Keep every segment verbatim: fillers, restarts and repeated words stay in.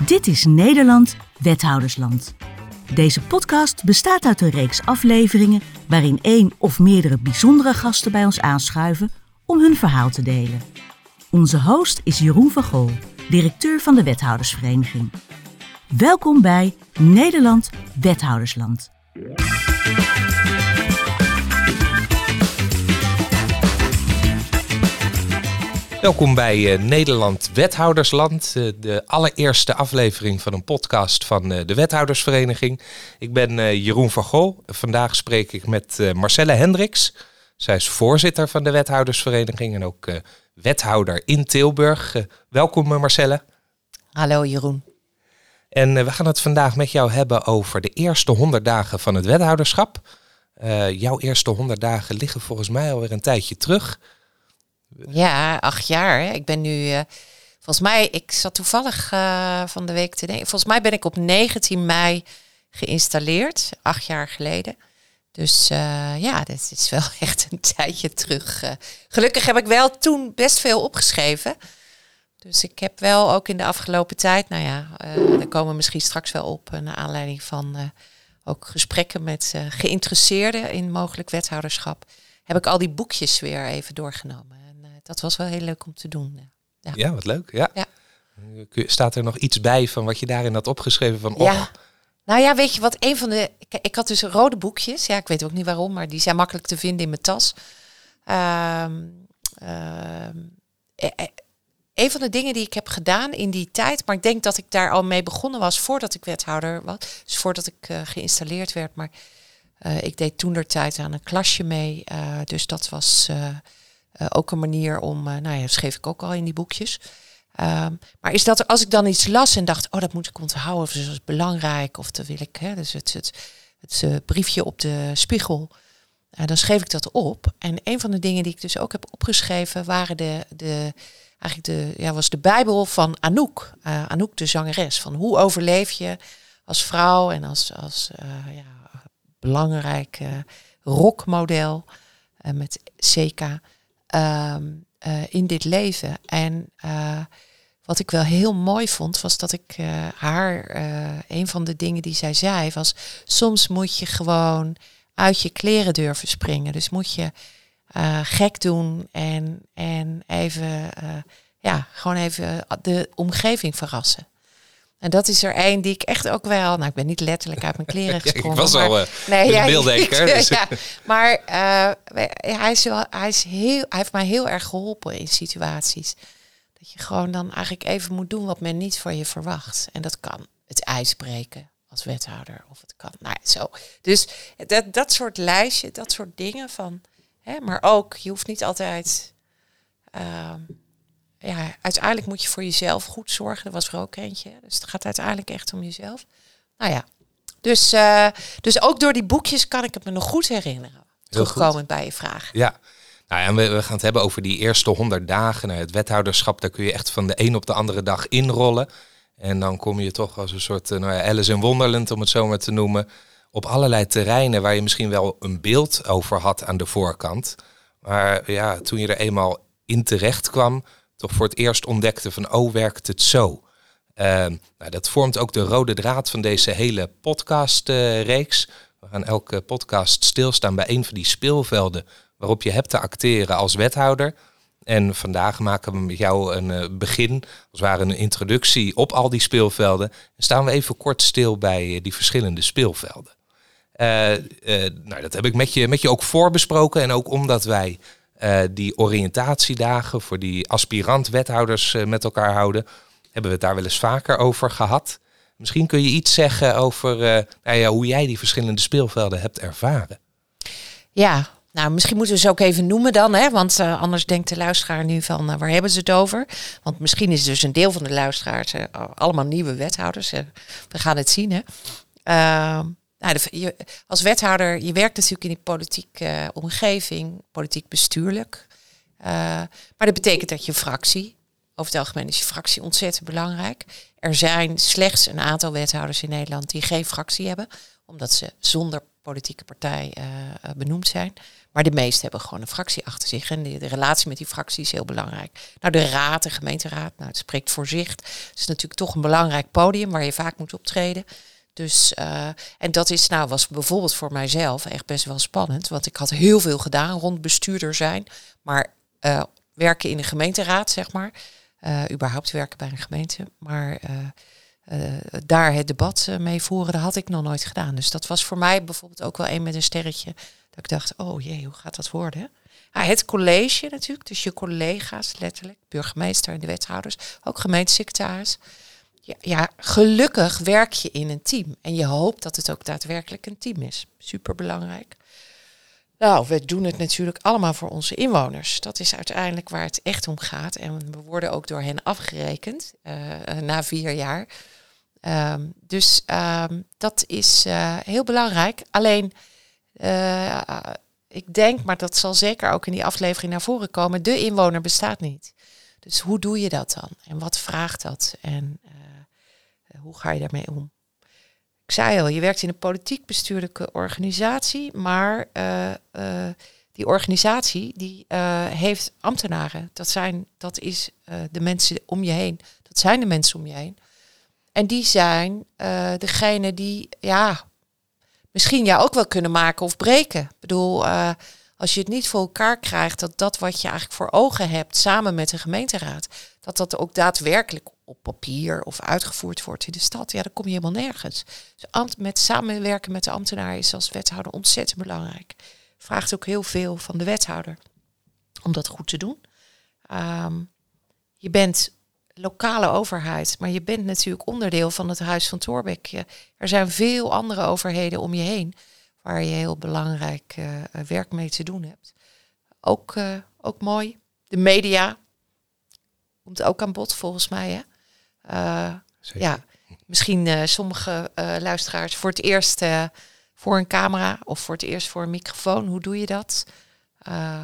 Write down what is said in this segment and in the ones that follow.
Dit is Nederland Wethoudersland. Deze podcast bestaat uit een reeks afleveringen waarin één of meerdere bijzondere gasten bij ons aanschuiven om hun verhaal te delen. Onze host is Jeroen van Gool, directeur van de Wethoudersvereniging. Welkom bij Nederland Wethoudersland. Welkom bij uh, Nederland Wethoudersland, uh, de allereerste aflevering van een podcast van uh, de Wethoudersvereniging. Ik ben uh, Jeroen van Gool. Vandaag spreek ik met uh, Marcelle Hendricks. Zij is voorzitter van de Wethoudersvereniging en ook uh, wethouder in Tilburg. Uh, welkom uh, Marcelle. Hallo Jeroen. En uh, we gaan het vandaag met jou hebben over de eerste honderd dagen van het wethouderschap. Uh, jouw eerste honderd dagen liggen volgens mij alweer een tijdje terug. Ja, acht jaar. Hè. Ik ben nu, uh, volgens mij, ik zat toevallig uh, van de week te denken. Volgens mij ben ik op negentien mei geïnstalleerd, acht jaar geleden. Dus uh, ja, dat is wel echt een tijdje terug. Uh, gelukkig heb ik wel toen best veel opgeschreven. Dus ik heb wel ook in de afgelopen tijd, nou ja, uh, daar komen we misschien straks wel op, uh, naar aanleiding van uh, ook gesprekken met uh, geïnteresseerden in mogelijk wethouderschap, heb ik al die boekjes weer even doorgenomen. Dat was wel heel leuk om te doen. Ja, ja wat leuk. Ja. Ja. Staat er nog iets bij van wat je daarin had opgeschreven? Van, oh. Ja. Nou ja, weet je wat? Een van de. Ik, ik had dus rode boekjes. Ja, ik weet ook niet waarom, maar die zijn makkelijk te vinden in mijn tas. Um, um, een van de dingen die ik heb gedaan in die tijd, maar ik denk dat ik daar al mee begonnen was voordat ik wethouder was. Dus voordat ik uh, geïnstalleerd werd. Maar uh, ik deed toentertijd aan een klasje mee. Uh, dus dat was. Uh, Uh, ook een manier om, uh, nou ja, dat schreef ik ook al in die boekjes. Um, maar is dat er, als ik dan iets las en dacht, oh, dat moet ik onthouden, of dat is belangrijk, of dat wil ik, hè, dus het, het, het uh, briefje op de spiegel, uh, dan schreef ik dat op. En een van de dingen die ik dus ook heb opgeschreven waren de, de eigenlijk de, ja, was de Bijbel van Anouk, uh, Anouk de zangeres, van hoe overleef je als vrouw en als, als uh, ja, belangrijk uh, rockmodel uh, met C K. Um, uh, in dit leven. En uh, wat ik wel heel mooi vond, was dat ik uh, haar, uh, een van de dingen die zij zei, was soms moet je gewoon uit je kleren durven springen. Dus moet je uh, gek doen en, en even, uh, ja, gewoon even de omgeving verrassen. En dat is er één die ik echt ook wel, nou ik ben niet letterlijk uit mijn kleren gesprongen. Ja, ik was maar, al uh, nee, met ja, een beelddenker. Dus. Ja, maar uh, hij, is wel, hij, is heel, hij heeft mij heel erg geholpen in situaties. Dat je gewoon dan eigenlijk even moet doen wat men niet van je verwacht. En dat kan het ijs breken als wethouder. Of het kan, nou zo. Dus dat, dat soort lijstje, dat soort dingen van. Hè, maar ook, je hoeft niet altijd. Uh, Ja, uiteindelijk moet je voor jezelf goed zorgen. Er was er ook eentje. Dus het gaat uiteindelijk echt om jezelf. Nou ja, dus, uh, dus ook door die boekjes kan ik het me nog goed herinneren. Terugkomend bij je vraag. Ja, nou ja, we, we gaan het hebben over die eerste honderd dagen. Nou, het wethouderschap, daar kun je echt van de een op de andere dag inrollen. En dan kom je toch als een soort nou ja, Alice in Wonderland, om het zo maar te noemen, op allerlei terreinen waar je misschien wel een beeld over had aan de voorkant. Maar ja, toen je er eenmaal in terecht kwam, toch voor het eerst ontdekte van, oh, werkt het zo? Uh, nou, dat vormt ook de rode draad van deze hele podcastreeks. Uh, We gaan elke podcast stilstaan bij een van die speelvelden waarop je hebt te acteren als wethouder. En vandaag maken we met jou een uh, begin, als het ware een introductie op al die speelvelden. En staan we even kort stil bij uh, die verschillende speelvelden. Uh, uh, nou, dat heb ik met je, met je ook voorbesproken. En ook omdat wij Uh, die oriëntatiedagen voor die aspirant-wethouders uh, met elkaar houden, hebben we het daar wel eens vaker over gehad. Misschien kun je iets zeggen over uh, nou ja, hoe jij die verschillende speelvelden hebt ervaren. Ja, nou misschien moeten we ze ook even noemen dan, hè? Want uh, anders denkt de luisteraar nu van, uh, waar hebben ze het over? Want misschien is dus een deel van de luisteraars uh, allemaal nieuwe wethouders. Uh, we gaan het zien, hè. Uh, Nou, de, je, als wethouder, je werkt natuurlijk in die politieke uh, omgeving, politiek bestuurlijk. Uh, maar dat betekent dat je fractie, over het algemeen is je fractie ontzettend belangrijk. Er zijn slechts een aantal wethouders in Nederland die geen fractie hebben, omdat ze zonder politieke partij uh, benoemd zijn. Maar de meesten hebben gewoon een fractie achter zich. En de, de relatie met die fractie is heel belangrijk. Nou, de raad, de gemeenteraad, nou, het spreekt voor zich. Het is natuurlijk toch een belangrijk podium waar je vaak moet optreden. Dus, uh, en dat is, nou, was bijvoorbeeld voor mijzelf echt best wel spannend. Want ik had heel veel gedaan rond bestuurder zijn. Maar uh, werken in de gemeenteraad, zeg maar. Uh, überhaupt werken bij een gemeente. Maar uh, uh, daar het debat uh, mee voeren, dat had ik nog nooit gedaan. Dus dat was voor mij bijvoorbeeld ook wel een met een sterretje. Dat ik dacht, oh jee, hoe gaat dat worden? Ja, het college natuurlijk, dus je collega's letterlijk. Burgemeester en de wethouders. Ook gemeentesecretaris. Ja, ja, gelukkig werk je in een team. En je hoopt dat het ook daadwerkelijk een team is. Superbelangrijk. Nou, we doen het natuurlijk allemaal voor onze inwoners. Dat is uiteindelijk waar het echt om gaat. En we worden ook door hen afgerekend uh, na vier jaar. Um, dus um, dat is uh, heel belangrijk. Alleen, uh, ik denk, maar dat zal zeker ook in die aflevering naar voren komen, de inwoner bestaat niet. Dus hoe doe je dat dan? En wat vraagt dat? En uh, hoe ga je daarmee om? Ik zei al, je werkt in een politiek bestuurlijke organisatie, maar uh, uh, die organisatie die uh, heeft ambtenaren. Dat zijn, dat is uh, de mensen om je heen. Dat zijn de mensen om je heen. En die zijn uh, degene die, ja, misschien jou ook wel kunnen maken of breken. Ik bedoel, uh, als je het niet voor elkaar krijgt, dat dat wat je eigenlijk voor ogen hebt, samen met de gemeenteraad, dat dat ook daadwerkelijk op papier of uitgevoerd wordt in de stad, ja, dan kom je helemaal nergens. Dus ambt, met samenwerken met de ambtenaar is als wethouder ontzettend belangrijk. Vraagt ook heel veel van de wethouder om dat goed te doen. Um, je bent lokale overheid, maar je bent natuurlijk onderdeel van het Huis van Thorbecke. Je, er zijn veel andere overheden om je heen waar je heel belangrijk uh, werk mee te doen hebt. Ook, uh, ook mooi. De media komt ook aan bod volgens mij, hè? Uh, ja, misschien uh, sommige uh, luisteraars voor het eerst uh, voor een camera of voor het eerst voor een microfoon. Hoe doe je dat? Uh,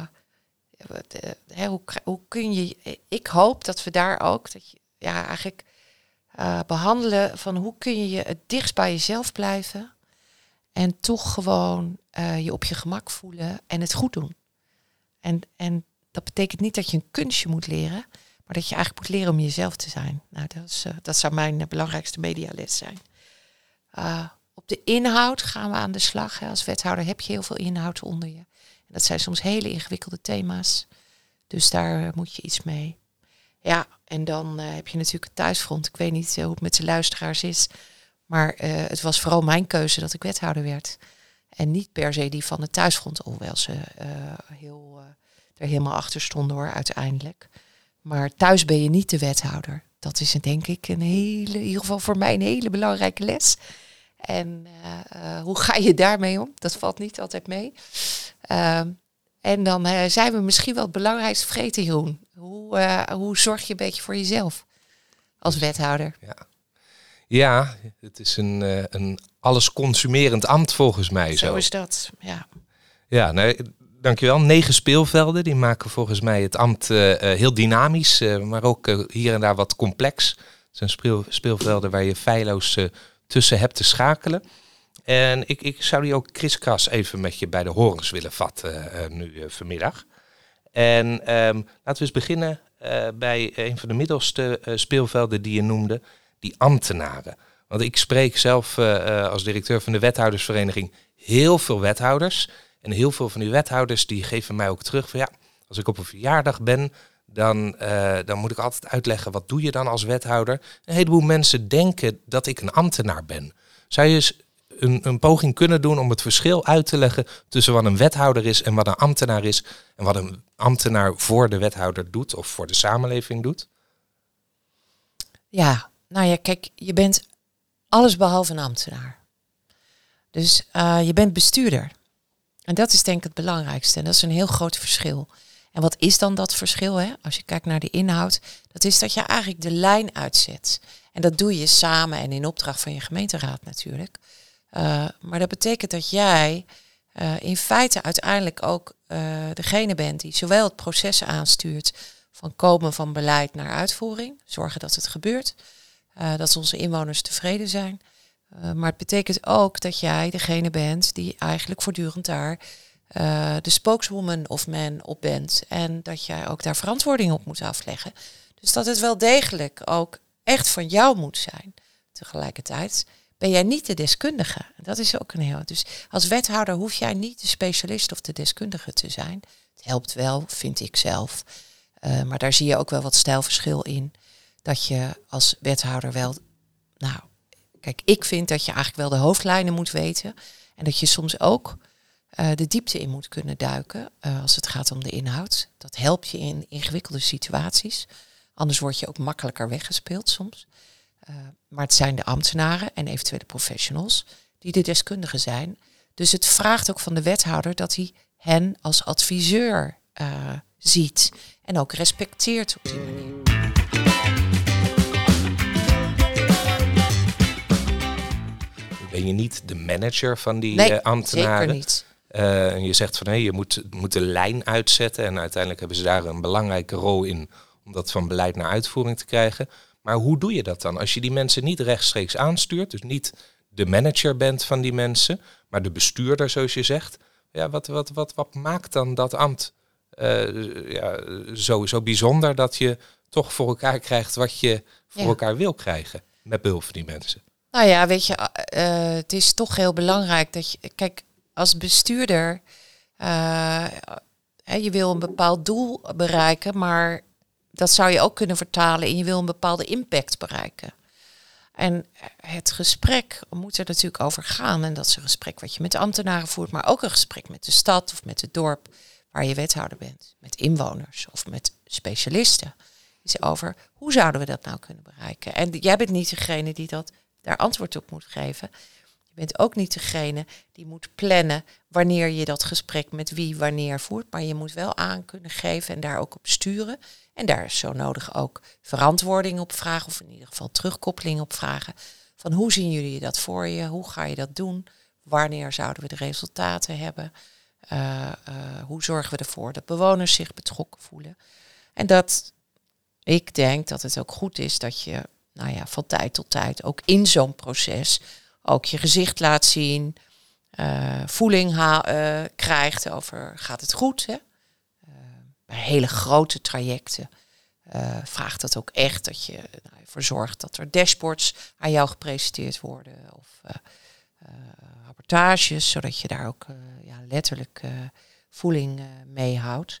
de, hè, hoe, hoe kun je? Ik hoop dat we daar ook, dat je, ja, eigenlijk uh, behandelen van hoe kun je je het dichtst bij jezelf blijven en toch gewoon uh, je op je gemak voelen en het goed doen. En, en dat betekent niet dat je een kunstje moet leren, maar dat je eigenlijk moet leren om jezelf te zijn. Nou, dat, is, uh, dat zou mijn uh, belangrijkste mediales zijn. Uh, op de inhoud gaan we aan de slag. Hè. Als wethouder heb je heel veel inhoud onder je. En dat zijn soms hele ingewikkelde thema's. Dus daar uh, moet je iets mee. Ja, en dan uh, heb je natuurlijk het thuisfront. Ik weet niet uh, hoe het met de luisteraars is. Maar uh, het was vooral mijn keuze dat ik wethouder werd. En niet per se die van het thuisfront. Hoewel ze uh, heel, uh, er helemaal achter stonden hoor, uiteindelijk. Maar thuis ben je niet de wethouder. Dat is denk ik een hele, in ieder geval voor mij een hele belangrijke les. En uh, uh, hoe ga je daarmee om? Dat valt niet altijd mee. Uh, en dan uh, zijn we misschien wel het belangrijkste vergeten, Jeroen. Hoe, uh, hoe zorg je een beetje voor jezelf als wethouder? Ja, ja het is een, uh, een alles consumerend ambt volgens mij. Zo, zo is dat, ja. Ja, nee, dankjewel. Negen speelvelden, die maken volgens mij het ambt uh, uh, heel dynamisch, uh, maar ook uh, hier en daar wat complex. Het zijn speel, speelvelden waar je feilloos uh, tussen hebt te schakelen. En ik, ik zou die ook kriskras even met je bij de horens willen vatten uh, nu uh, vanmiddag. En um, laten we eens beginnen uh, bij een van de middelste uh, speelvelden die je noemde, die ambtenaren. Want ik spreek zelf uh, uh, als directeur van de wethoudersvereniging heel veel wethouders. En heel veel van die wethouders die geven mij ook terug van ja, als ik op een verjaardag ben, dan, uh, dan moet ik altijd uitleggen wat doe je dan als wethouder. Een heleboel mensen denken dat ik een ambtenaar ben. Zou je eens een, een poging kunnen doen om het verschil uit te leggen tussen wat een wethouder is en wat een ambtenaar is en wat een ambtenaar voor de wethouder doet of voor de samenleving doet? Ja, nou ja, kijk, je bent alles behalve een ambtenaar. Dus uh, je bent bestuurder. En dat is denk ik het belangrijkste. En dat is een heel groot verschil. En wat is dan dat verschil? Hè? Als je kijkt naar de inhoud, dat is dat je eigenlijk de lijn uitzet. En dat doe je samen en in opdracht van je gemeenteraad natuurlijk. Uh, maar dat betekent dat jij uh, in feite uiteindelijk ook uh, degene bent die zowel het proces aanstuurt van komen van beleid naar uitvoering, zorgen dat het gebeurt, uh, dat onze inwoners tevreden zijn. Uh, maar het betekent ook dat jij degene bent die eigenlijk voortdurend daar uh, de spokeswoman of man op bent. En dat jij ook daar verantwoording op moet afleggen. Dus dat het wel degelijk ook echt van jou moet zijn. Tegelijkertijd ben jij niet de deskundige. Dat is ook een heel... Dus als wethouder hoef jij niet de specialist of de deskundige te zijn. Het helpt wel, vind ik zelf. Uh, maar daar zie je ook wel wat stijlverschil in. Dat je als wethouder wel... Nou, kijk, ik vind dat je eigenlijk wel de hoofdlijnen moet weten. En dat je soms ook uh, de diepte in moet kunnen duiken. Uh, als het gaat om de inhoud. Dat helpt je in ingewikkelde situaties. Anders word je ook makkelijker weggespeeld soms. Uh, maar het zijn de ambtenaren en eventuele professionals die de deskundigen zijn. Dus het vraagt ook van de wethouder dat hij hen als adviseur uh, ziet. En ook respecteert op die manier. Ben je niet de manager van die nee, uh, ambtenaren? Zeker niet. Uh, en je zegt van hé, hey, je moet, moet de lijn uitzetten. En uiteindelijk hebben ze daar een belangrijke rol in om dat van beleid naar uitvoering te krijgen. Maar hoe doe je dat dan? Als je die mensen niet rechtstreeks aanstuurt, dus niet de manager bent van die mensen, maar de bestuurder zoals je zegt. Ja, wat, wat, wat, wat maakt dan dat ambt uh, ja, zo, zo bijzonder dat je toch voor elkaar krijgt wat je voor ja. elkaar wil krijgen met behulp van die mensen? Nou ja, weet je, uh, het is toch heel belangrijk dat je... Kijk, als bestuurder, uh, je wil een bepaald doel bereiken, maar dat zou je ook kunnen vertalen in je wil een bepaalde impact bereiken. En het gesprek moet er natuurlijk over gaan. En dat is een gesprek wat je met de ambtenaren voert, maar ook een gesprek met de stad of met het dorp waar je wethouder bent. Met inwoners of met specialisten. Is over hoe zouden we dat nou kunnen bereiken? En jij bent niet degene die dat daar antwoord op moet geven. Je bent ook niet degene die moet plannen wanneer je dat gesprek met wie wanneer voert. Maar je moet wel aan kunnen geven en daar ook op sturen. En daar is zo nodig ook verantwoording op vragen. Of in ieder geval terugkoppeling op vragen. Van hoe zien jullie dat voor je? Hoe ga je dat doen? Wanneer zouden we de resultaten hebben? Uh, uh, hoe zorgen we ervoor dat bewoners zich betrokken voelen? En dat ik denk dat het ook goed is dat je nou ja, van tijd tot tijd ook in zo'n proces ook je gezicht laat zien, uh, voeling ha- uh, krijgt over gaat het goed. Hè? Uh, bij hele grote trajecten uh, vraagt dat ook echt dat je nou, ervoor zorgt dat er dashboards aan jou gepresenteerd worden of uh, uh, rapportages, zodat je daar ook uh, ja, letterlijk uh, voeling uh, mee houdt.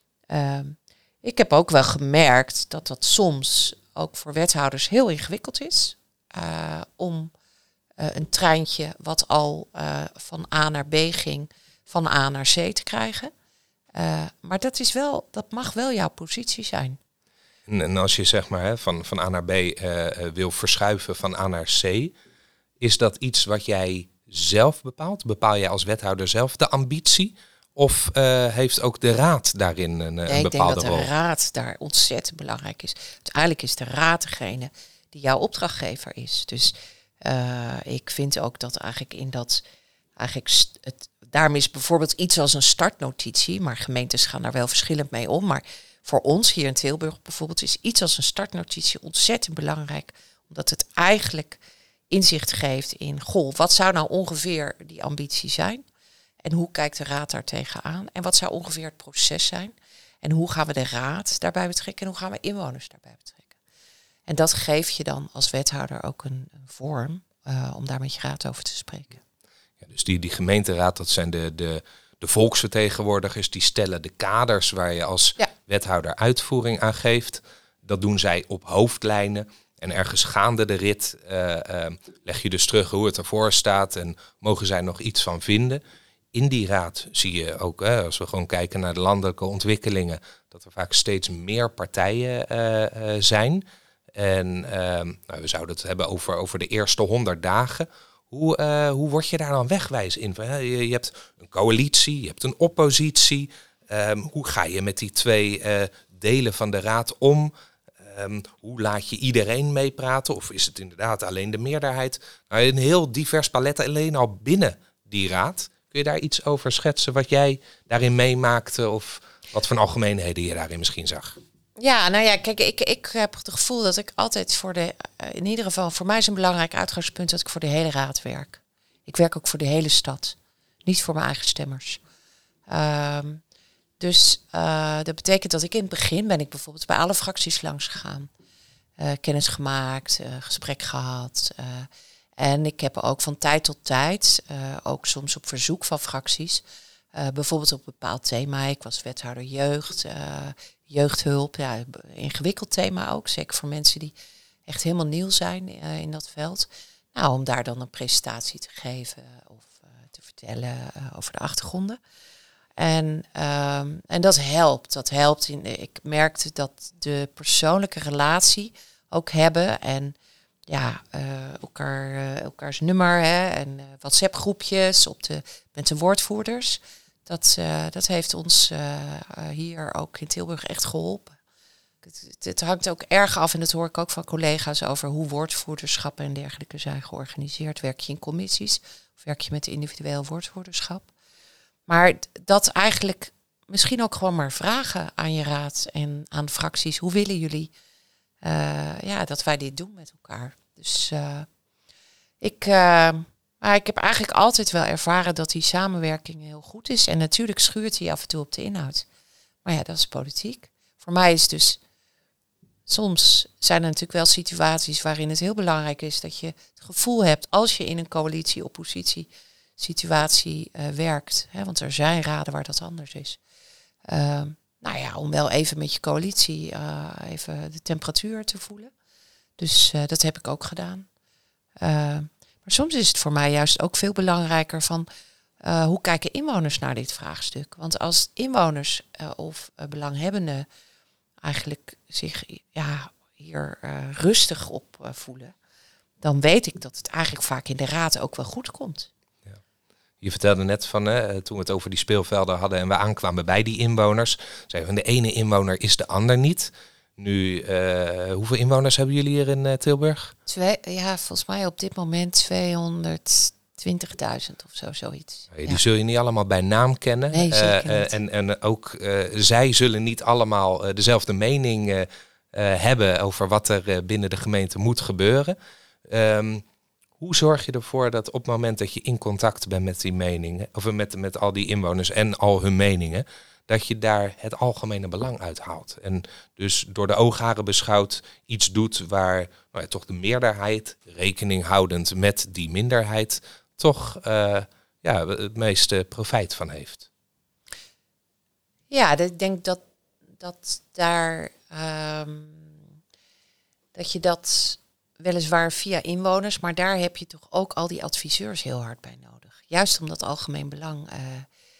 Uh, ik heb ook wel gemerkt dat dat soms ook voor wethouders heel ingewikkeld is uh, om uh, een treintje wat al uh, van A naar B ging, van A naar C te krijgen. Uh, maar dat is wel, dat mag wel jouw positie zijn. En, en als je zeg maar hè, van, van A naar B uh, wil verschuiven van A naar C, is dat iets wat jij zelf bepaalt? Bepaal jij als wethouder zelf de ambitie? Of uh, heeft ook de raad daarin een, nee, een bepaalde rol? Ik denk dat de raad daar ontzettend belangrijk is. Uiteindelijk is de raad degene die jouw opdrachtgever is. Dus uh, ik vind ook dat eigenlijk in dat... eigenlijk st- het, daarom is bijvoorbeeld iets als een startnotitie, maar gemeentes gaan daar wel verschillend mee om. Maar voor ons hier in Tilburg bijvoorbeeld is iets als een startnotitie ontzettend belangrijk. Omdat het eigenlijk inzicht geeft in, goh, wat zou nou ongeveer die ambitie zijn? En hoe kijkt de raad daar tegenaan? En wat zou ongeveer het proces zijn? En hoe gaan we de raad daarbij betrekken? En hoe gaan we inwoners daarbij betrekken? En dat geeft je dan als wethouder ook een, een vorm uh, om daar met je raad over te spreken. Ja, dus die, die gemeenteraad, dat zijn de, de, de volksvertegenwoordigers. Die stellen de kaders waar je als ja. wethouder uitvoering aan geeft. Dat doen zij op hoofdlijnen. En ergens gaande de rit uh, uh, leg je dus terug hoe het ervoor staat. En mogen zij nog iets van vinden. In die raad zie je ook, hè, als we gewoon kijken naar de landelijke ontwikkelingen, dat er vaak steeds meer partijen uh, uh, zijn. En uh, nou, we zouden het hebben over, over de eerste honderd dagen. Hoe, uh, hoe word je daar dan wegwijs in? Je, je hebt een coalitie, je hebt een oppositie. Um, hoe ga je met die twee uh, delen van de raad om? Um, hoe laat je iedereen meepraten? Of is het inderdaad alleen de meerderheid? Nou, een heel divers palet alleen al binnen die raad. Kun je daar iets over schetsen wat jij daarin meemaakte of wat voor algemeenheden je daarin misschien zag? Ja, nou ja, kijk, ik, ik heb het gevoel dat ik altijd voor de, in ieder geval voor mij is een belangrijk uitgangspunt dat ik voor de hele raad werk. Ik werk ook voor de hele stad, niet voor mijn eigen stemmers. Um, dus uh, dat betekent dat ik in het begin ben ik bijvoorbeeld bij alle fracties langs gegaan. Uh, kennis gemaakt, uh, gesprek gehad. Uh, en ik heb ook van tijd tot tijd, uh, ook soms op verzoek van fracties, uh, bijvoorbeeld op een bepaald thema. Ik was wethouder jeugd, uh, jeugdhulp, ja, ingewikkeld thema ook. Zeker voor mensen die echt helemaal nieuw zijn uh, in dat veld. Nou, om daar dan een presentatie te geven of uh, te vertellen uh, over de achtergronden. En, um, en dat helpt. Dat helpt. In, ik merkte dat de persoonlijke relatie ook hebben. En ja, uh, elkaar, uh, elkaars nummer hè, en uh, WhatsApp-groepjes op de, met de woordvoerders. Dat, uh, dat heeft ons uh, hier ook in Tilburg echt geholpen. Het, het hangt ook erg af, en dat hoor ik ook van collega's, over hoe woordvoerderschappen en dergelijke zijn georganiseerd. Werk je in commissies of werk je met individueel woordvoerderschap? Maar dat eigenlijk misschien ook gewoon maar vragen aan je raad en aan de fracties. Hoe willen jullie uh, ja, dat wij dit doen met elkaar? Dus uh, ik, uh, maar ik heb eigenlijk altijd wel ervaren dat die samenwerking heel goed is. En natuurlijk schuurt hij af en toe op de inhoud. Maar ja, dat is politiek. Voor mij is dus, soms zijn er natuurlijk wel situaties waarin het heel belangrijk is dat je het gevoel hebt, als je in een coalitie-oppositie situatie uh, werkt. Hè, want er zijn raden waar dat anders is. Uh, nou ja, om wel even met je coalitie uh, even de temperatuur te voelen. Dus uh, dat heb ik ook gedaan. Uh, maar soms is het voor mij juist ook veel belangrijker van uh, hoe kijken inwoners naar dit vraagstuk. Want als inwoners uh, of uh, belanghebbenden eigenlijk zich ja, hier uh, rustig op uh, voelen, dan weet ik dat het eigenlijk vaak in de raad ook wel goed komt. Je vertelde net van, hè, toen we het over die speelvelden hadden en we aankwamen bij die inwoners, zeiden we, de ene inwoner is de ander niet. Nu, uh, hoeveel inwoners hebben jullie hier in uh, Tilburg? Twee, ja, volgens mij op dit moment tweehonderdtwintigduizend of zo, zoiets. Die ja. zul je niet allemaal bij naam kennen. Nee, zeker uh, niet. En, en ook uh, zij zullen niet allemaal uh, dezelfde mening uh, uh, hebben over wat er uh, binnen de gemeente moet gebeuren. Um, Hoe zorg je ervoor dat op het moment dat je in contact bent met die meningen, of met, met al die inwoners en al hun meningen, dat je daar het algemene belang uit haalt? En dus door de oogharen beschouwd iets doet waar nou ja, toch de meerderheid, rekening houdend met die minderheid, toch uh, ja, het meeste profijt van heeft. Ja, ik denk dat, dat daar um, dat je dat weliswaar via inwoners, maar daar heb je toch ook al die adviseurs heel hard bij nodig. Juist om dat algemeen belang uh, uh,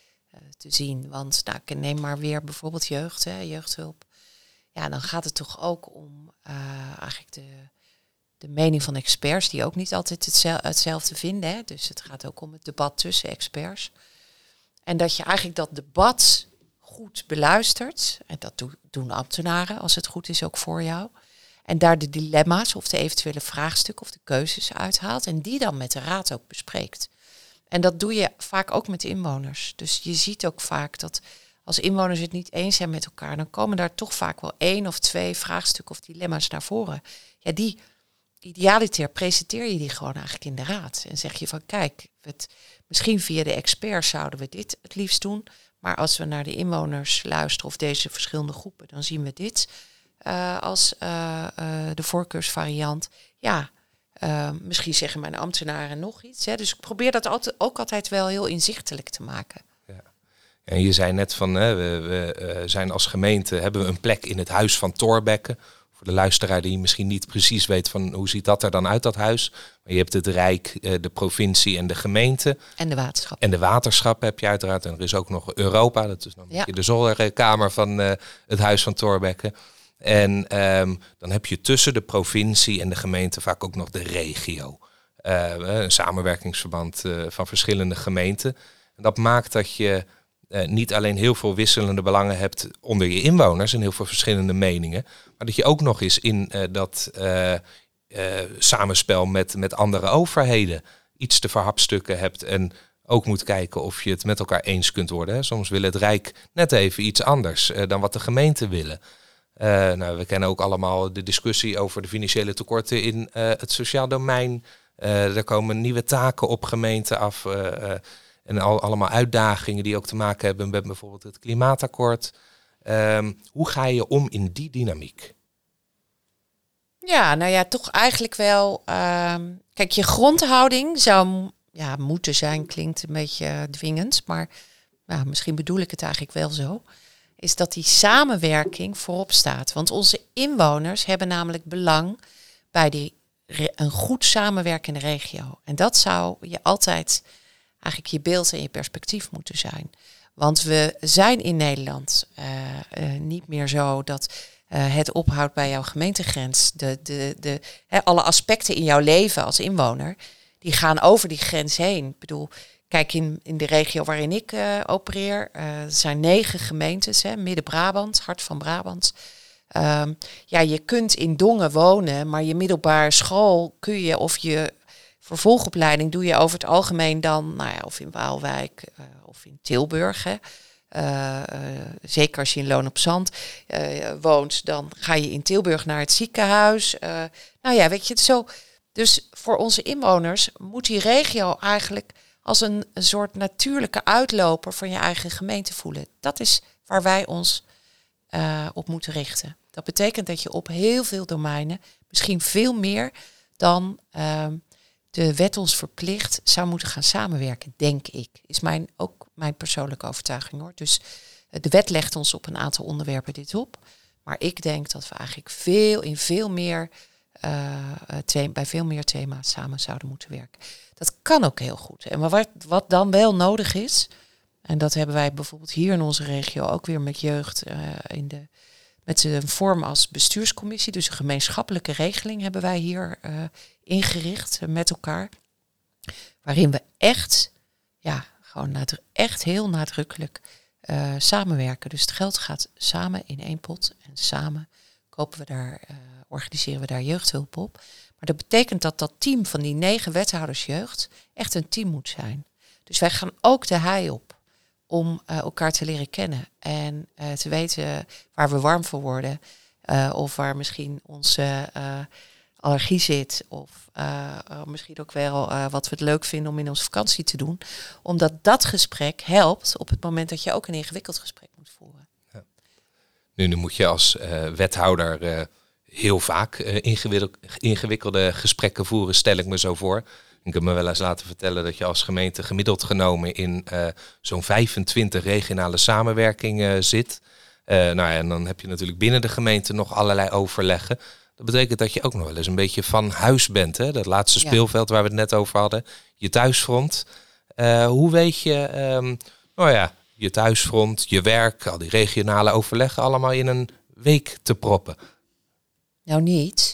te zien. Want nou, ik neem maar weer bijvoorbeeld jeugd, hè, jeugdhulp. Ja, dan gaat het toch ook om uh, eigenlijk de, de mening van experts, die ook niet altijd hetzel- hetzelfde vinden. Hè. Dus het gaat ook om het debat tussen experts. En dat je eigenlijk dat debat goed beluistert. En dat do- doen ambtenaren, als het goed is, ook voor jou. En daar de dilemma's of de eventuele vraagstukken of de keuzes uithaalt. En die dan met de raad ook bespreekt. En dat doe je vaak ook met inwoners. Dus je ziet ook vaak dat als inwoners het niet eens zijn met elkaar, dan komen daar toch vaak wel één of twee vraagstukken of dilemma's naar voren. Ja, die idealiter presenteer je die gewoon eigenlijk in de raad. En zeg je van kijk, het, misschien via de experts zouden we dit het liefst doen. Maar als we naar de inwoners luisteren of deze verschillende groepen, dan zien we dit uh, als uh, uh, de voorkeursvariant. Ja, uh, misschien zeggen mijn ambtenaren nog iets. Hè. Dus ik probeer dat altijd, ook altijd wel heel inzichtelijk te maken. Ja. En je zei net van, hè, we, we uh, zijn als gemeente, hebben we een plek in het huis van Thorbecke. Voor de luisteraar die misschien niet precies weet van hoe ziet dat er dan uit, dat huis. Maar je hebt het Rijk, de provincie en de gemeente. En de waterschap. En de waterschap heb je uiteraard. En er is ook nog Europa. Dat is dan ja. de zolderkamer van uh, het huis van Thorbecke. En um, dan heb je tussen de provincie en de gemeente vaak ook nog de regio. Uh, een samenwerkingsverband uh, van verschillende gemeenten. En dat maakt dat je uh, niet alleen heel veel wisselende belangen hebt onder je inwoners en heel veel verschillende meningen. Maar dat je ook nog eens in uh, dat uh, uh, samenspel met, met andere overheden iets te verhapstukken hebt. En ook moet kijken of je het met elkaar eens kunt worden. Hè. Soms wil het Rijk net even iets anders uh, dan wat de gemeenten willen. Uh, nou, we kennen ook allemaal de discussie over de financiële tekorten in uh, het sociaal domein. Uh, er komen nieuwe taken op gemeenten af. Uh, uh, En al, allemaal uitdagingen die ook te maken hebben met bijvoorbeeld het klimaatakkoord. Um, hoe ga je om in die dynamiek? Ja, nou ja, toch eigenlijk wel... Um, kijk, je grondhouding zou ja, moeten zijn, klinkt een beetje dwingend, maar nou, misschien bedoel ik het eigenlijk wel zo, is dat die samenwerking voorop staat. Want onze inwoners hebben namelijk belang bij die re- een goed samenwerkende regio. En dat zou je altijd eigenlijk je beeld en je perspectief moeten zijn. Want we zijn in Nederland uh, uh, niet meer zo dat uh, het ophoudt bij jouw gemeentegrens. De, de, de, hè, alle aspecten in jouw leven als inwoner, die gaan over die grens heen. Ik bedoel, kijk, in, in de regio waarin ik uh, opereer, uh, er zijn negen gemeentes, hè, Midden-Brabant, Hart van Brabant. Um, ja, je kunt in Dongen wonen, maar je middelbare school kun je, of je vervolgopleiding doe je over het algemeen dan, nou ja, of in Waalwijk uh, of in Tilburg. Hè. Uh, uh, zeker als je in Loon op Zand uh, woont, dan ga je in Tilburg naar het ziekenhuis. Uh, nou ja, weet je, zo. Dus voor onze inwoners moet die regio eigenlijk als een, een soort natuurlijke uitloper van je eigen gemeente voelen. Dat is waar wij ons uh, op moeten richten. Dat betekent dat je op heel veel domeinen, misschien veel meer dan uh, de wet ons verplicht, zou moeten gaan samenwerken, denk ik. Is mijn, ook mijn persoonlijke overtuiging hoor. Dus uh, de wet legt ons op een aantal onderwerpen dit op. Maar ik denk dat we eigenlijk veel in veel meer Uh, twee, bij veel meer thema's samen zouden moeten werken. Dat kan ook heel goed. En wat, wat dan wel nodig is, en dat hebben wij bijvoorbeeld hier in onze regio ook weer met jeugd uh, in de met een vorm als bestuurscommissie, dus een gemeenschappelijke regeling hebben wij hier uh, ingericht uh, met elkaar, waarin we echt, ja, gewoon nadru- echt heel nadrukkelijk uh, samenwerken. Dus het geld gaat samen in één pot en samen kopen we daar, uh, organiseren we daar jeugdhulp op. Maar dat betekent dat dat team van die negen wethouders jeugd echt een team moet zijn. Dus wij gaan ook de hei op om uh, elkaar te leren kennen en uh, te weten waar we warm voor worden. Uh, of waar misschien onze uh, allergie zit. Of uh, uh, misschien ook wel uh, wat we het leuk vinden om in onze vakantie te doen. Omdat dat gesprek helpt op het moment dat je ook een ingewikkeld gesprek moet voeren. Ja. Nu, nu moet je als uh, wethouder uh, heel vaak uh, ingewikkelde, ingewikkelde gesprekken voeren, stel ik me zo voor. Ik heb me wel eens laten vertellen dat je als gemeente gemiddeld genomen in uh, zo'n vijfentwintig regionale samenwerkingen uh, zit. Uh, nou ja, en dan heb je natuurlijk binnen de gemeente nog allerlei overleggen. Dat betekent dat je ook nog wel eens een beetje van huis bent. Hè? Dat laatste speelveld waar we het net over hadden. Je thuisfront. Uh, hoe weet je, um, nou ja, je thuisfront, je werk, al die regionale overleggen allemaal in een week te proppen? Nou niet.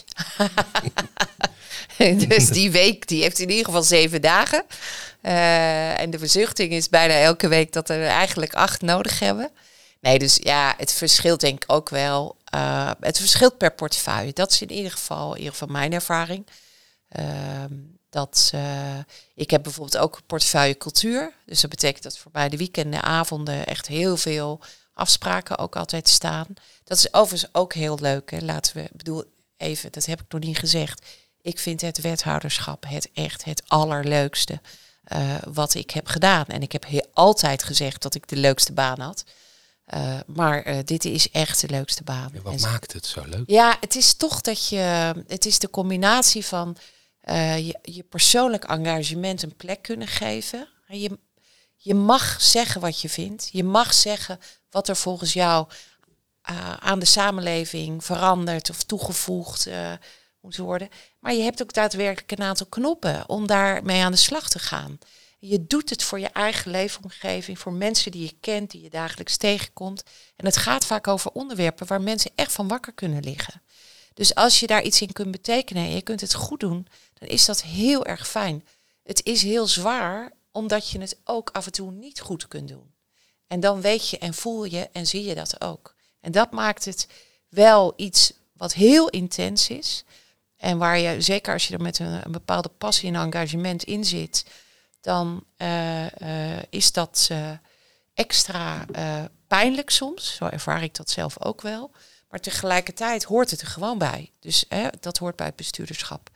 Dus die week die heeft in ieder geval zeven dagen. Uh, en de verzuchting is bijna elke week dat we er eigenlijk acht nodig hebben. Nee, dus ja, het verschilt denk ik ook wel. Uh, het verschilt per portefeuille. Dat is in ieder geval, in ieder geval mijn ervaring. Uh, dat, uh, ik heb bijvoorbeeld ook een portefeuille cultuur. Dus dat betekent dat voor mij de weekenden, avonden echt heel veel afspraken ook altijd staan. Dat is overigens ook heel leuk. Hè. Laten we, bedoel even, dat heb ik nog niet gezegd. Ik vind het wethouderschap het echt het allerleukste uh, wat ik heb gedaan. En ik heb he- altijd gezegd dat ik de leukste baan had. Uh, maar uh, dit is echt de leukste baan. Ja, wat en maakt het zo leuk? Ja, het is toch dat je... Het is de combinatie van uh, je, je persoonlijk engagement een plek kunnen geven. Je, je mag zeggen wat je vindt. Je mag zeggen wat er volgens jou uh, aan de samenleving veranderd of toegevoegd uh, moet worden. Maar je hebt ook daadwerkelijk een aantal knoppen om daarmee aan de slag te gaan. Je doet het voor je eigen leefomgeving, voor mensen die je kent, die je dagelijks tegenkomt. En het gaat vaak over onderwerpen waar mensen echt van wakker kunnen liggen. Dus als je daar iets in kunt betekenen en je kunt het goed doen, dan is dat heel erg fijn. Het is heel zwaar, omdat je het ook af en toe niet goed kunt doen. En dan weet je en voel je en zie je dat ook. En dat maakt het wel iets wat heel intens is. En waar je, zeker als je er met een, een bepaalde passie en engagement in zit, dan uh, uh, is dat uh, extra uh, pijnlijk soms. Zo ervaar ik dat zelf ook wel. Maar tegelijkertijd hoort het er gewoon bij. Dus hè, dat hoort bij het bestuurderschap.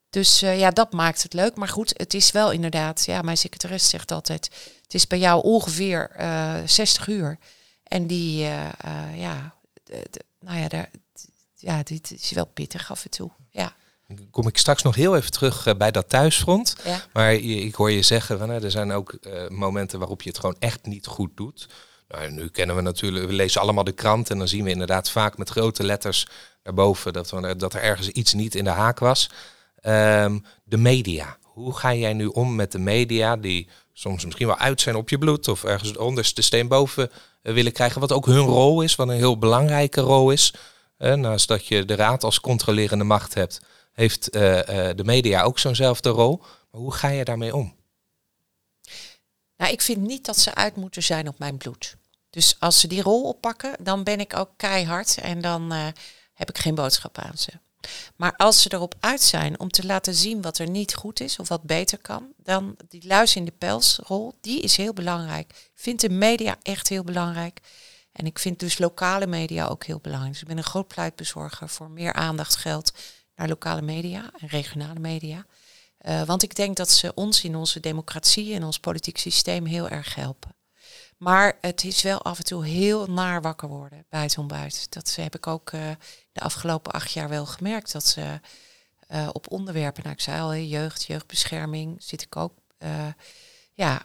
Dus uh, ja, dat maakt het leuk. Maar goed, het is wel inderdaad, ja, mijn secretaresse zegt altijd, het is bij jou ongeveer uh, zestig uur. En die, uh, uh, ja, de, de, nou ja, daar, ja, dit is wel pittig af en toe, ja. Kom ik straks nog heel even terug uh, bij dat thuisfront. Ja. Maar je, ik hoor je zeggen, van, uh, er zijn ook uh, momenten waarop je het gewoon echt niet goed doet. Nou, nu kennen we natuurlijk, we lezen allemaal de krant en dan zien we inderdaad vaak met grote letters daarboven dat, we, dat er ergens iets niet in de haak was. Um, de media. Hoe ga jij nu om met de media die soms misschien wel uit zijn op je bloed of ergens onderste steen boven uh, willen krijgen, wat ook hun rol is, wat een heel belangrijke rol is. Uh, naast dat je de raad als controlerende macht hebt, heeft uh, uh, de media ook zo'nzelfde rol. Maar hoe ga je daarmee om? Nou, ik vind niet dat ze uit moeten zijn op mijn bloed. Dus als ze die rol oppakken, dan ben ik ook keihard en dan uh, heb ik geen boodschap aan ze. Maar als ze erop uit zijn om te laten zien wat er niet goed is of wat beter kan, dan die luis in de pelsrol, die is heel belangrijk. Ik vind de media echt heel belangrijk. En ik vind dus lokale media ook heel belangrijk. Dus ik ben een groot pleitbezorger voor meer aandacht, geld naar lokale media en regionale media. Uh, want ik denk dat ze ons in onze democratie en ons politiek systeem heel erg helpen. Maar het is wel af en toe heel naar wakker worden bij het ontbijt. Dat heb ik ook uh, de afgelopen acht jaar wel gemerkt. Dat ze uh, op onderwerpen, nou ik zei al, jeugd, jeugdbescherming, zit ik ook. Uh, ja,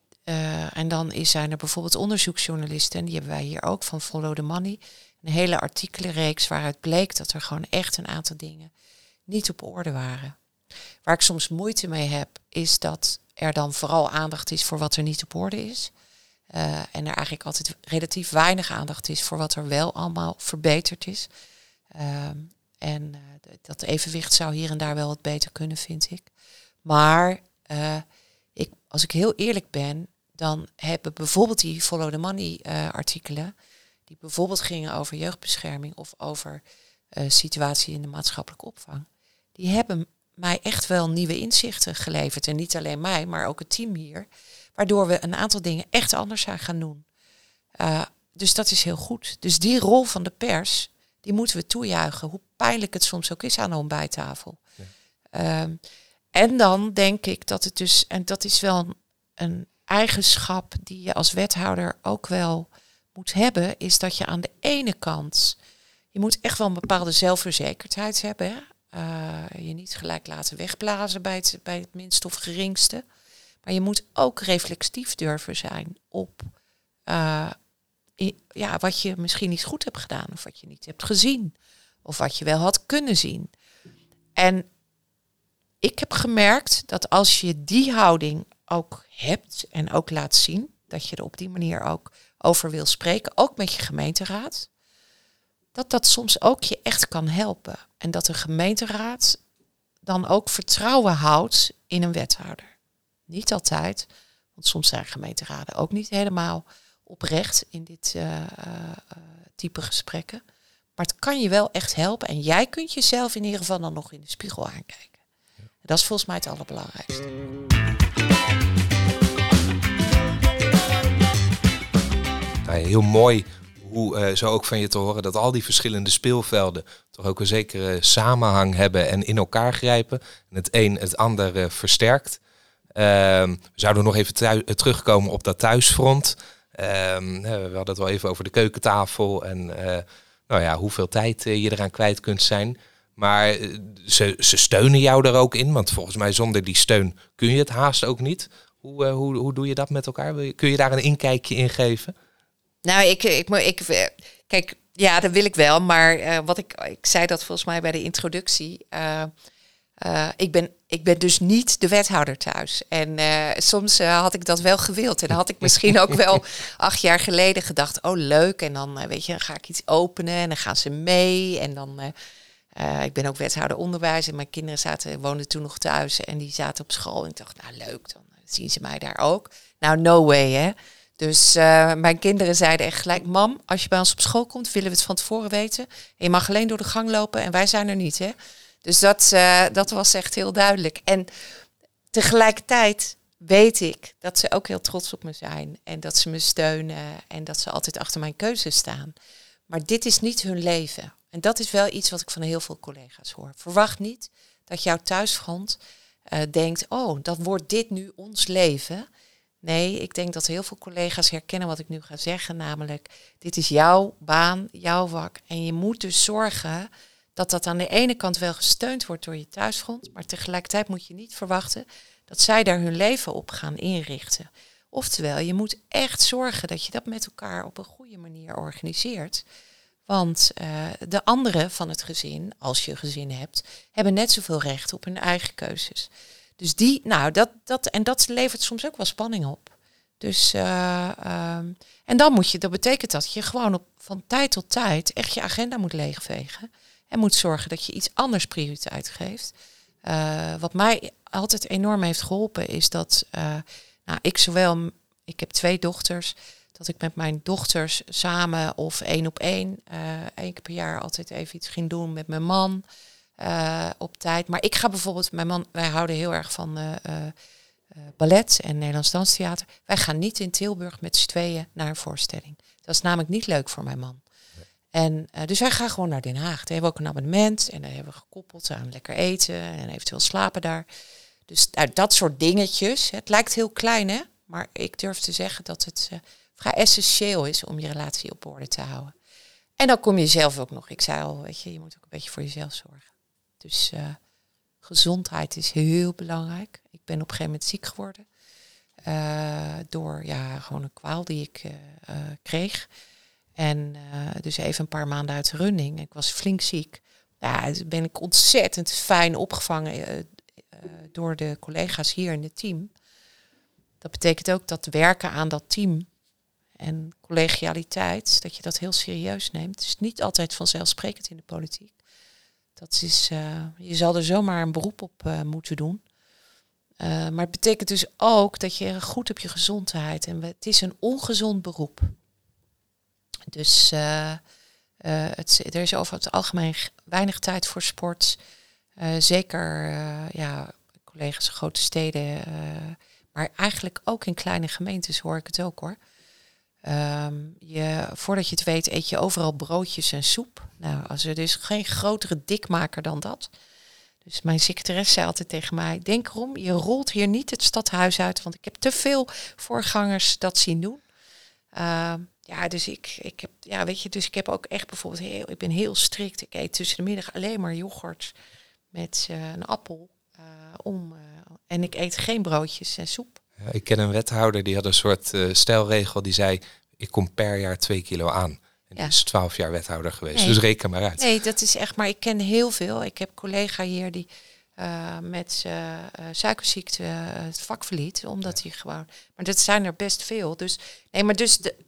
uh, en dan is, zijn er bijvoorbeeld onderzoeksjournalisten, en die hebben wij hier ook van Follow the Money. Een hele artikelenreeks waaruit bleek dat er gewoon echt een aantal dingen niet op orde waren. Waar ik soms moeite mee heb, is dat er dan vooral aandacht is voor wat er niet op orde is. Uh, en er eigenlijk altijd relatief weinig aandacht is voor wat er wel allemaal verbeterd is. Uh, en uh, dat evenwicht zou hier en daar wel wat beter kunnen, vind ik. Maar uh, ik, als ik heel eerlijk ben, dan hebben bijvoorbeeld die Follow the Money uh, artikelen, die bijvoorbeeld gingen over jeugdbescherming of over uh, situatie in de maatschappelijke opvang, die hebben mij echt wel nieuwe inzichten geleverd. En niet alleen mij, maar ook het team hier. Waardoor we een aantal dingen echt anders zijn gaan doen. Uh, dus dat is heel goed. Dus die rol van de pers, die moeten we toejuichen. Hoe pijnlijk het soms ook is aan de ontbijttafel. Ja. Um, en dan denk ik dat het dus, en dat is wel een, een eigenschap die je als wethouder ook wel moet hebben, is dat je aan de ene kant, je moet echt wel een bepaalde zelfverzekerdheid hebben. Hè? Uh, je niet gelijk laten wegblazen bij het, bij het minste of geringste. Maar je moet ook reflexief durven zijn op uh, i- ja, wat je misschien niet goed hebt gedaan. Of wat je niet hebt gezien. Of wat je wel had kunnen zien. En ik heb gemerkt dat als je die houding ook hebt en ook laat zien, dat je er op die manier ook over wil spreken, ook met je gemeenteraad, dat dat soms ook je echt kan helpen. En dat de gemeenteraad dan ook vertrouwen houdt in een wethouder. Niet altijd, want soms zijn gemeenteraden ook niet helemaal oprecht in dit uh, uh, type gesprekken. Maar het kan je wel echt helpen en jij kunt jezelf in ieder geval dan nog in de spiegel aankijken. Ja. Dat is volgens mij het allerbelangrijkste. Nou, heel mooi hoe uh, zo ook van je te horen dat al die verschillende speelvelden toch ook een zekere samenhang hebben en in elkaar grijpen. En het een het ander uh, versterkt. Uh, we zouden nog even thui- terugkomen op dat thuisfront. Uh, we hadden het wel even over de keukentafel en uh, nou ja, hoeveel tijd uh, je eraan kwijt kunt zijn. Maar uh, ze, ze steunen jou er ook in, want volgens mij zonder die steun kun je het haast ook niet. Hoe, uh, hoe, hoe doe je dat met elkaar? Wil je, kun je daar een inkijkje in geven? Nou, ik, ik, ik, ik kijk, ja, dat wil ik wel. Maar uh, wat ik, ik zei dat volgens mij bij de introductie. Uh, uh, ik ben, ik ben dus niet de wethouder thuis. En uh, soms uh, had ik dat wel gewild. En dan had ik misschien ook wel acht jaar geleden gedacht, oh leuk. En dan uh, weet je, dan ga ik iets openen en dan gaan ze mee. En dan, uh, uh, ik ben ook wethouder onderwijs. En mijn kinderen zaten, woonden toen nog thuis. En die zaten op school. En ik dacht, nou leuk, dan zien ze mij daar ook. Nou, no way, hè. Dus uh, mijn kinderen zeiden echt gelijk, mam, als je bij ons op school komt, willen we het van tevoren weten. En je mag alleen door de gang lopen en wij zijn er niet, hè. Dus dat, uh, dat was echt heel duidelijk. En tegelijkertijd weet ik dat ze ook heel trots op me zijn. En dat ze me steunen en dat ze altijd achter mijn keuze staan. Maar dit is niet hun leven. En dat is wel iets wat ik van heel veel collega's hoor. Verwacht niet dat jouw thuisfront uh, denkt, oh, dat wordt dit nu ons leven. Nee, ik denk dat heel veel collega's herkennen wat ik nu ga zeggen. Namelijk, dit is jouw baan, jouw vak. En je moet dus zorgen dat dat aan de ene kant wel gesteund wordt door je thuisfront. Maar tegelijkertijd moet je niet verwachten dat zij daar hun leven op gaan inrichten. Oftewel, je moet echt zorgen dat je dat met elkaar op een goede manier organiseert. Want uh, de anderen van het gezin, als je een gezin hebt, hebben net zoveel recht op hun eigen keuzes. Dus die, nou, dat, dat, en dat levert soms ook wel spanning op. Dus, uh, um, en dan moet je, dat betekent dat je gewoon op, van tijd tot tijd echt je agenda moet leegvegen. En moet zorgen dat je iets anders prioriteit geeft. Uh, wat mij altijd enorm heeft geholpen is dat, uh, nou, ik zowel, ik heb twee dochters, dat ik met mijn dochters samen of één op één, uh, één keer per jaar altijd even iets ging doen met mijn man. Uh, op tijd. Maar ik ga bijvoorbeeld, mijn man, wij houden heel erg van uh, uh, ballet en Nederlands Danstheater. Wij gaan niet in Tilburg met z'n tweeën naar een voorstelling. Dat is namelijk niet leuk voor mijn man. Nee. En uh, dus wij gaan gewoon naar Den Haag. Daar hebben we ook een abonnement en daar hebben we gekoppeld aan lekker eten en eventueel slapen daar. Dus uh, dat soort dingetjes. Het lijkt heel klein, hè? Maar ik durf te zeggen dat het uh, vrij essentieel is om je relatie op orde te houden. En dan kom je zelf ook nog. Ik zei al, weet je, je moet ook een beetje voor jezelf zorgen. Dus uh, gezondheid is heel belangrijk. Ik ben op een gegeven moment ziek geworden. Uh, door ja, gewoon een kwaal die ik uh, uh, kreeg. En uh, dus even een paar maanden uit de running. Ik was flink ziek. Ja, dus ben ik ontzettend fijn opgevangen uh, uh, door de collega's hier in het team. Dat betekent ook dat werken aan dat team en collegialiteit, dat je dat heel serieus neemt. Het is niet altijd vanzelfsprekend in de politiek. Dat is, uh, je zal er zomaar een beroep op uh, moeten doen. Uh, maar het betekent dus ook dat je goed op je gezondheid. En het is een ongezond beroep. Dus uh, uh, het, er is over het algemeen weinig tijd voor sport. Uh, zeker uh, ja, collega's in grote steden. Uh, maar eigenlijk ook in kleine gemeentes hoor ik het ook hoor. Um, je, voordat je het weet eet je overal broodjes en soep. Nou, als er dus geen grotere dikmaker dan dat. Dus mijn secretaresse zei altijd tegen mij, denk erom, je rolt hier niet het stadhuis uit, want ik heb te veel voorgangers dat zien doen. Uh, ja, dus ik, ik heb, ja, weet je, dus ik heb ook echt bijvoorbeeld heel, ik ben heel strikt. Ik eet tussen de middag alleen maar yoghurt met uh, een appel uh, om, uh, en ik eet geen broodjes en soep. Ja, ik ken een wethouder die had een soort uh, stelregel die zei, ik kom per jaar twee kilo aan. En ja. die is twaalf jaar wethouder geweest, nee. dus reken maar uit. Nee, dat is echt, maar ik ken heel veel. Ik heb een collega hier die uh, met uh, uh, suikerziekte uh, het vak verliet, omdat ja. hij gewoon... Maar dat zijn er best veel. Dus, nee, maar dus de,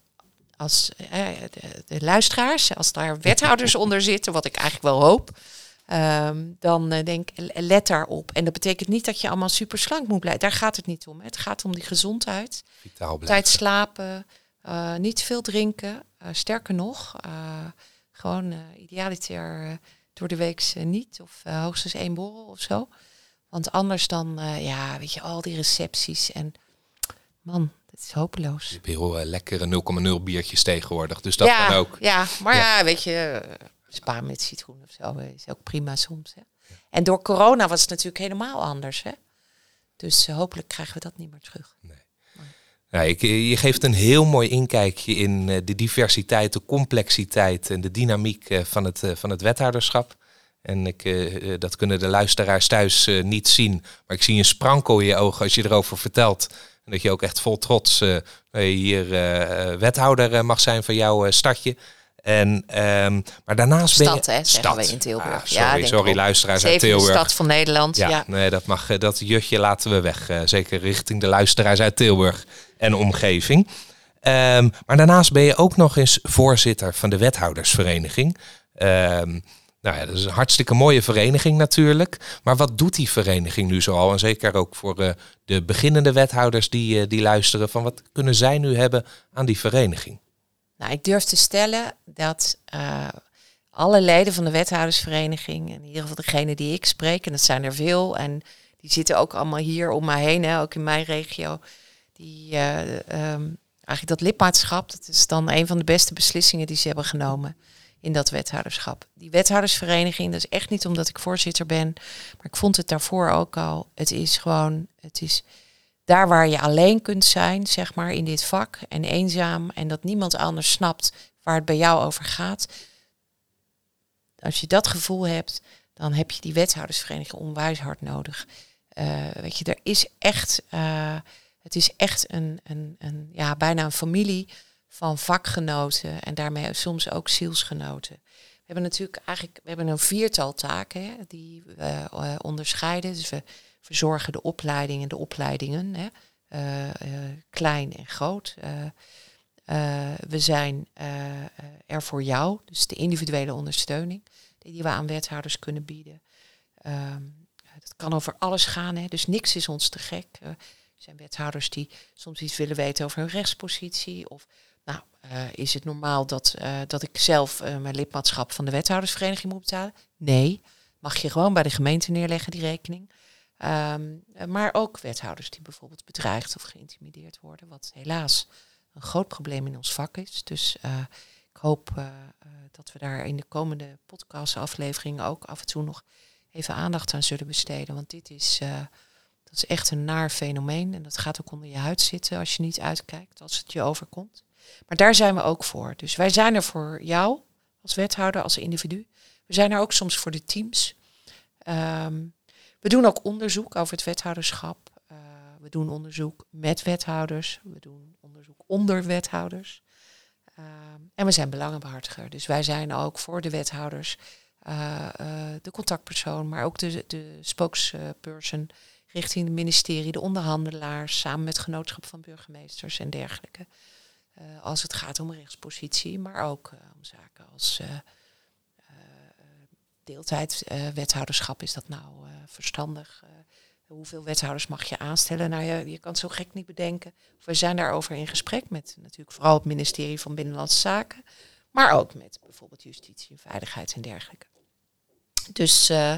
als uh, de, de luisteraars, als daar wethouders onder zitten, wat ik eigenlijk wel hoop, Um, dan uh, denk let daarop. En dat betekent niet dat je allemaal super slank moet blijven. Daar gaat het niet om. Hè. Het gaat om die gezondheid. Vitaal blijven. Tijd slapen. Uh, niet veel drinken. Uh, sterker nog. Uh, gewoon uh, idealiter uh, door de week uh, niet. Of uh, hoogstens één borrel of zo. Want anders dan, uh, ja, weet je, al die recepties. En man, dat is hopeloos. Je hebt heel uh, lekkere nul komma nul biertjes tegenwoordig. Dus dat ja, kan ook. Ja, maar ja, ja weet je... Uh, Spa met citroen of zo is ook prima soms. Hè? Ja. En door corona was het natuurlijk helemaal anders. Hè? Dus uh, hopelijk krijgen we dat niet meer terug. Nee. Ja, ik, je geeft een heel mooi inkijkje in uh, de diversiteit, de complexiteit en de dynamiek uh, van, het, uh, van het wethouderschap. En ik, uh, dat kunnen de luisteraars thuis uh, niet zien. Maar ik zie een sprankel in je ogen als je erover vertelt. En dat je ook echt vol trots uh, hier uh, wethouder uh, mag zijn van jouw uh, stadje. En, um, maar daarnaast stad, ben je... Hè, zeggen we in Tilburg. Ah, sorry, ja, sorry luisteraars uit Tilburg. De stad van Nederland. Ja, ja. Nee, dat mag. Dat jutje laten we weg. Uh, zeker richting de luisteraars uit Tilburg en omgeving. Um, maar daarnaast ben je ook nog eens voorzitter van de wethoudersvereniging. Um, nou ja, dat is een hartstikke mooie vereniging natuurlijk. Maar wat doet die vereniging nu zoal? En zeker ook voor uh, de beginnende wethouders die, uh, die luisteren. Van wat kunnen zij nu hebben aan die vereniging? Nou, ik durf te stellen dat uh, alle leden van de wethoudersvereniging, in ieder geval degene die ik spreek, en dat zijn er veel, en die zitten ook allemaal hier om mij heen, hè, ook in mijn regio, die uh, um, eigenlijk dat lidmaatschap, dat is dan een van de beste beslissingen die ze hebben genomen in dat wethouderschap. Die wethoudersvereniging, dat is echt niet omdat ik voorzitter ben, maar ik vond het daarvoor ook al. Het is gewoon, het is daar waar je alleen kunt zijn, zeg maar, in dit vak en eenzaam en dat niemand anders snapt waar het bij jou over gaat. Als je dat gevoel hebt, dan heb je die wethoudersvereniging onwijs hard nodig. Uh, weet je, er is echt, uh, het is echt een, een, een, ja, bijna een familie van vakgenoten en daarmee soms ook zielsgenoten. We hebben natuurlijk eigenlijk, we hebben een viertal taken hè, die we uh, onderscheiden. Dus we verzorgen de opleidingen, de opleidingen, hè, uh, uh, klein en groot. Uh, uh, we zijn uh, er voor jou, dus de individuele ondersteuning die we aan wethouders kunnen bieden. Um, dat kan over alles gaan, hè, dus niks is ons te gek. Uh, er zijn wethouders die soms iets willen weten over hun rechtspositie of nou, uh, is het normaal dat, uh, dat ik zelf uh, mijn lidmaatschap van de wethoudersvereniging moet betalen? Nee, mag je gewoon bij de gemeente neerleggen, die rekening. Um, uh, maar ook wethouders die bijvoorbeeld bedreigd of geïntimideerd worden, wat helaas een groot probleem in ons vak is. Dus uh, ik hoop uh, uh, dat we daar in de komende podcastafleveringen ook af en toe nog even aandacht aan zullen besteden. Want dit is, uh, dat is echt een naar fenomeen en dat gaat ook onder je huid zitten als je niet uitkijkt, als het je overkomt. Maar daar zijn we ook voor. Dus wij zijn er voor jou als wethouder, als individu. We zijn er ook soms voor de teams. Um, we doen ook onderzoek over het wethouderschap. Uh, we doen onderzoek met wethouders. We doen onderzoek onder wethouders. Um, en we zijn belangenbehartiger. Dus wij zijn ook voor de wethouders uh, uh, de contactpersoon, maar ook de, de spokesperson richting het ministerie, de onderhandelaars, samen met genootschap van burgemeesters en dergelijke. Uh, als het gaat om rechtspositie, maar ook uh, om zaken als uh, uh, deeltijd uh, wethouderschap. Is dat nou uh, verstandig? Uh, hoeveel wethouders mag je aanstellen? Nou ja, je kan het zo gek niet bedenken. We zijn daarover in gesprek met natuurlijk vooral het ministerie van Binnenlandse Zaken, maar ook met bijvoorbeeld justitie en veiligheid en dergelijke. Dus, uh,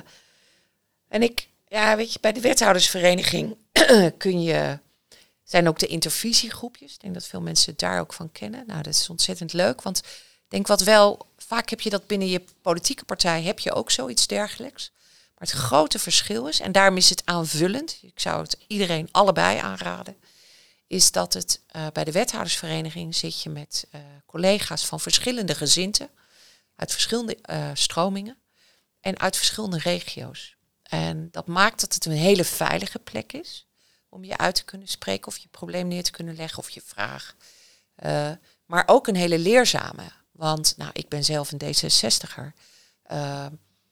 en ik, ja, weet je, bij de wethoudersvereniging kun je, zijn ook de intervisiegroepjes. Ik denk dat veel mensen het daar ook van kennen. Nou, dat is ontzettend leuk, want ik denk wat wel, vaak heb je dat binnen je politieke partij, heb je ook zoiets dergelijks. Maar het grote verschil is, en daarom is het aanvullend, ik zou het iedereen allebei aanraden, is dat het uh, bij de wethoudersvereniging zit je met uh, collega's van verschillende gezindten, uit verschillende uh, stromingen en uit verschillende regio's. En dat maakt dat het een hele veilige plek is om je uit te kunnen spreken of je probleem neer te kunnen leggen of je vraag. Uh, maar ook een hele leerzame. Want nou, ik ben zelf een D zesenzestiger. Uh,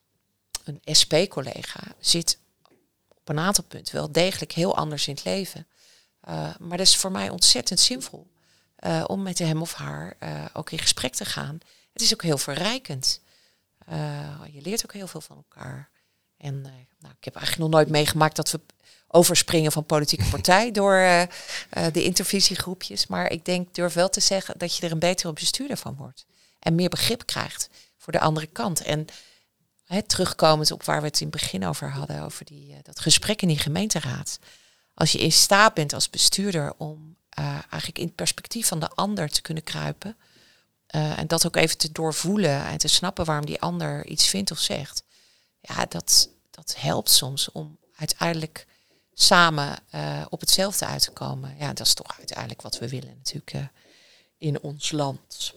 een S P-collega zit op een aantal punten wel degelijk heel anders in het leven. Uh, maar dat is voor mij ontzettend zinvol uh, om met hem of haar uh, ook in gesprek te gaan. Het is ook heel verrijkend. Uh, je leert ook heel veel van elkaar. En uh, nou, ik heb eigenlijk nog nooit meegemaakt dat we overspringen van politieke partij door uh, uh, de intervisiegroepjes. Maar ik denk, durf wel te zeggen dat je er een betere bestuurder van wordt. En meer begrip krijgt voor de andere kant. En he, terugkomend op waar we het in het begin over hadden, over die, uh, dat gesprek in die gemeenteraad. Als je in staat bent als bestuurder om uh, eigenlijk in het perspectief van de ander te kunnen kruipen. Uh, en dat ook even te doorvoelen en te snappen waarom die ander iets vindt of zegt. Ja, dat, dat helpt soms om uiteindelijk samen uh, op hetzelfde uit te komen. Ja, dat is toch uiteindelijk wat we willen natuurlijk uh, in ons land.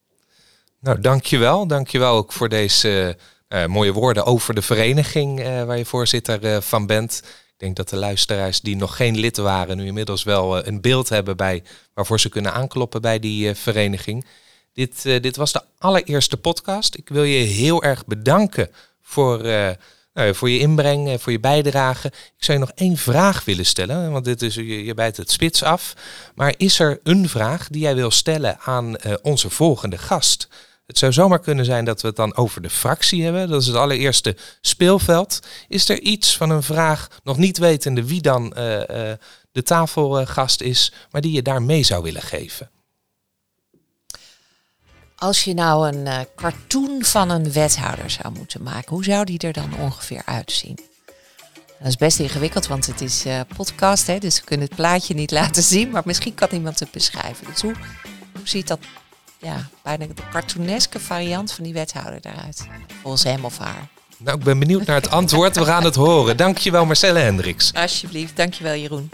Nou, dankjewel. Dankjewel ook voor deze uh, mooie woorden over de vereniging uh, waar je voorzitter uh, van bent. Ik denk dat de luisteraars die nog geen lid waren nu inmiddels wel uh, een beeld hebben bij waarvoor ze kunnen aankloppen bij die uh, vereniging. Dit, uh, dit was de allereerste podcast. Ik wil je heel erg bedanken voor, uh, nou, voor je inbreng, uh, voor je bijdrage. Ik zou je nog één vraag willen stellen, want dit is, je, je bijt het spits af. Maar is er een vraag die jij wil stellen aan uh, onze volgende gast? Het zou zomaar kunnen zijn dat we het dan over de fractie hebben. Dat is het allereerste speelveld. Is er iets van een vraag, nog niet wetende wie dan uh, uh, de tafelgast is, maar die je daar mee zou willen geven? Als je nou een uh, cartoon van een wethouder zou moeten maken, hoe zou die er dan ongeveer uitzien? Dat is best ingewikkeld, want het is uh, podcast, hè, dus we kunnen het plaatje niet laten zien, maar misschien kan iemand het beschrijven. Dus hoe, hoe ziet dat ja, bijna de cartooneske variant van die wethouder daaruit. Volgens hem of haar. Nou, ik ben benieuwd naar het antwoord. We gaan het horen. Dankjewel Marcelle Hendricks. Alsjeblieft, dankjewel Jeroen.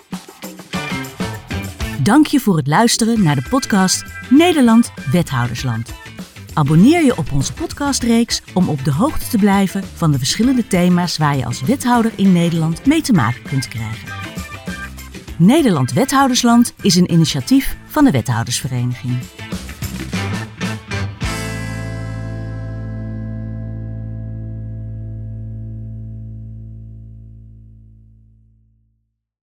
Dank je voor het luisteren naar de podcast Nederland Wethoudersland. Abonneer je op onze podcastreeks om op de hoogte te blijven van de verschillende thema's waar je als wethouder in Nederland mee te maken kunt krijgen. Nederland Wethoudersland is een initiatief van de Wethoudersvereniging.